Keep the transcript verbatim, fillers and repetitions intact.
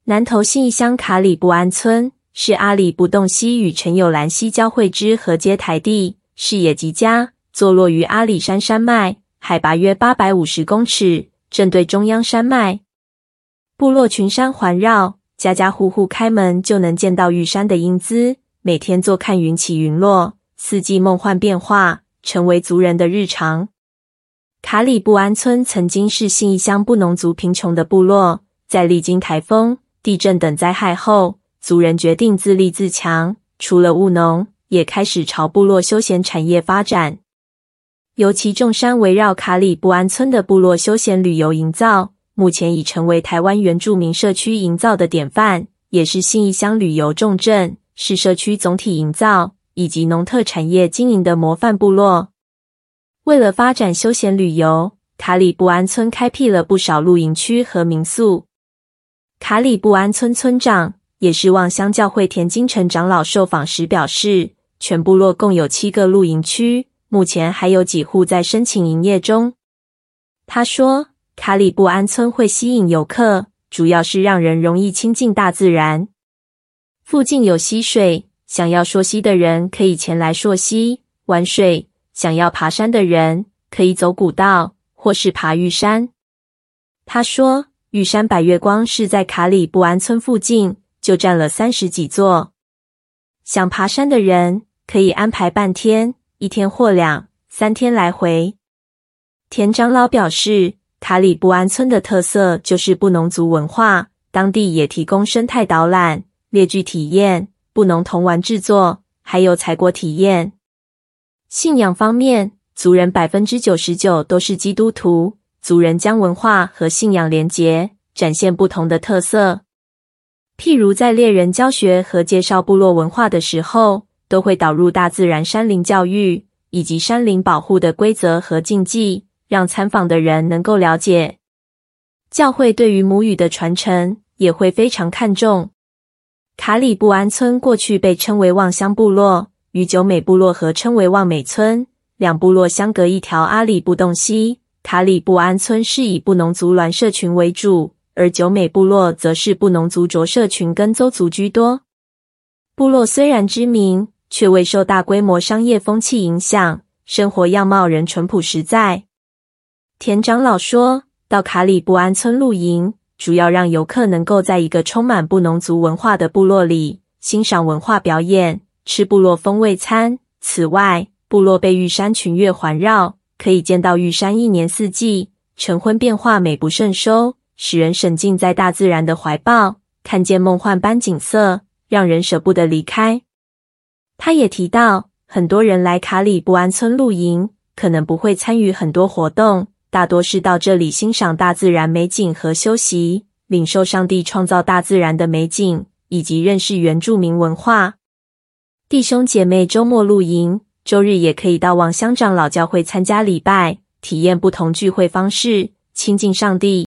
南投信义乡卡里布安村是阿里不洞溪与陈有兰溪交汇之河接台地，视野极佳，坐落于阿里山山脉，海拔约八百五十公尺，正对中央山脉。部落群山环绕，家家户户开门就能见到玉山的英姿，每天坐看云起云落，四季梦幻变化，成为族人的日常。卡里布安村曾经是信义乡布农族贫穷的部落，在历经台风、地震等灾害后，族人决定自立自强，除了务农，也开始朝部落休闲产业发展。尤其众山围绕卡里布安村的部落休闲旅游营造，目前已成为台湾原住民社区营造的典范，也是信义乡旅游重镇，是社区总体营造以及农特产业经营的模范部落。为了发展休闲旅游，卡里布安村开辟了不少露营区和民宿。卡里布安村村长也是望乡教会田金城长老受访时表示，全部落共有七个露营区，目前还有几户在申请营业中。他说，卡里布安村会吸引游客，主要是让人容易亲近大自然。附近有溪水，想要溯溪的人可以前来溯溪玩水，想要爬山的人可以走古道或是爬玉山。他说，玉山百岳光是在卡里布安村附近，就占了三十几座。想爬山的人可以安排半天、一天或两、三天来回。田长老表示，卡里布安村的特色就是布农族文化，当地也提供生态导览、猎具体验、布农铜玩制作，还有采果体验。信仰方面，族人 百分之九十九 都是基督徒，族人将文化和信仰连结，展现不同的特色。譬如在猎人教学和介绍部落文化的时候，都会导入大自然山林教育，以及山林保护的规则和禁忌，让参访的人能够了解。教会对于母语的传承也会非常看重。卡里布安村过去被称为望乡部落，与九美部落合称为望美村，两部落相隔一条阿里不洞溪。卡里布安村是以布农族峦社群为主，而九美部落则是布农族卓社群跟邹族居多。部落虽然知名，却未受大规模商业风气影响，生活样貌仍淳朴实在。田长老说，到卡里布安村露营，主要让游客能够在一个充满布农族文化的部落里，欣赏文化表演，吃部落风味餐。此外，部落被玉山群岳环绕，可以见到玉山一年四季晨昏变化，美不胜收，使人沉浸在大自然的怀抱，看见梦幻般景色，让人舍不得离开。他也提到，很多人来卡里布安村露营，可能不会参与很多活动，大多是到这里欣赏大自然美景和休息，领受上帝创造大自然的美景，以及认识原住民文化。弟兄姐妹周末露营，周日也可以到望乡长老教会参加礼拜，体验不同聚会方式，亲近上帝。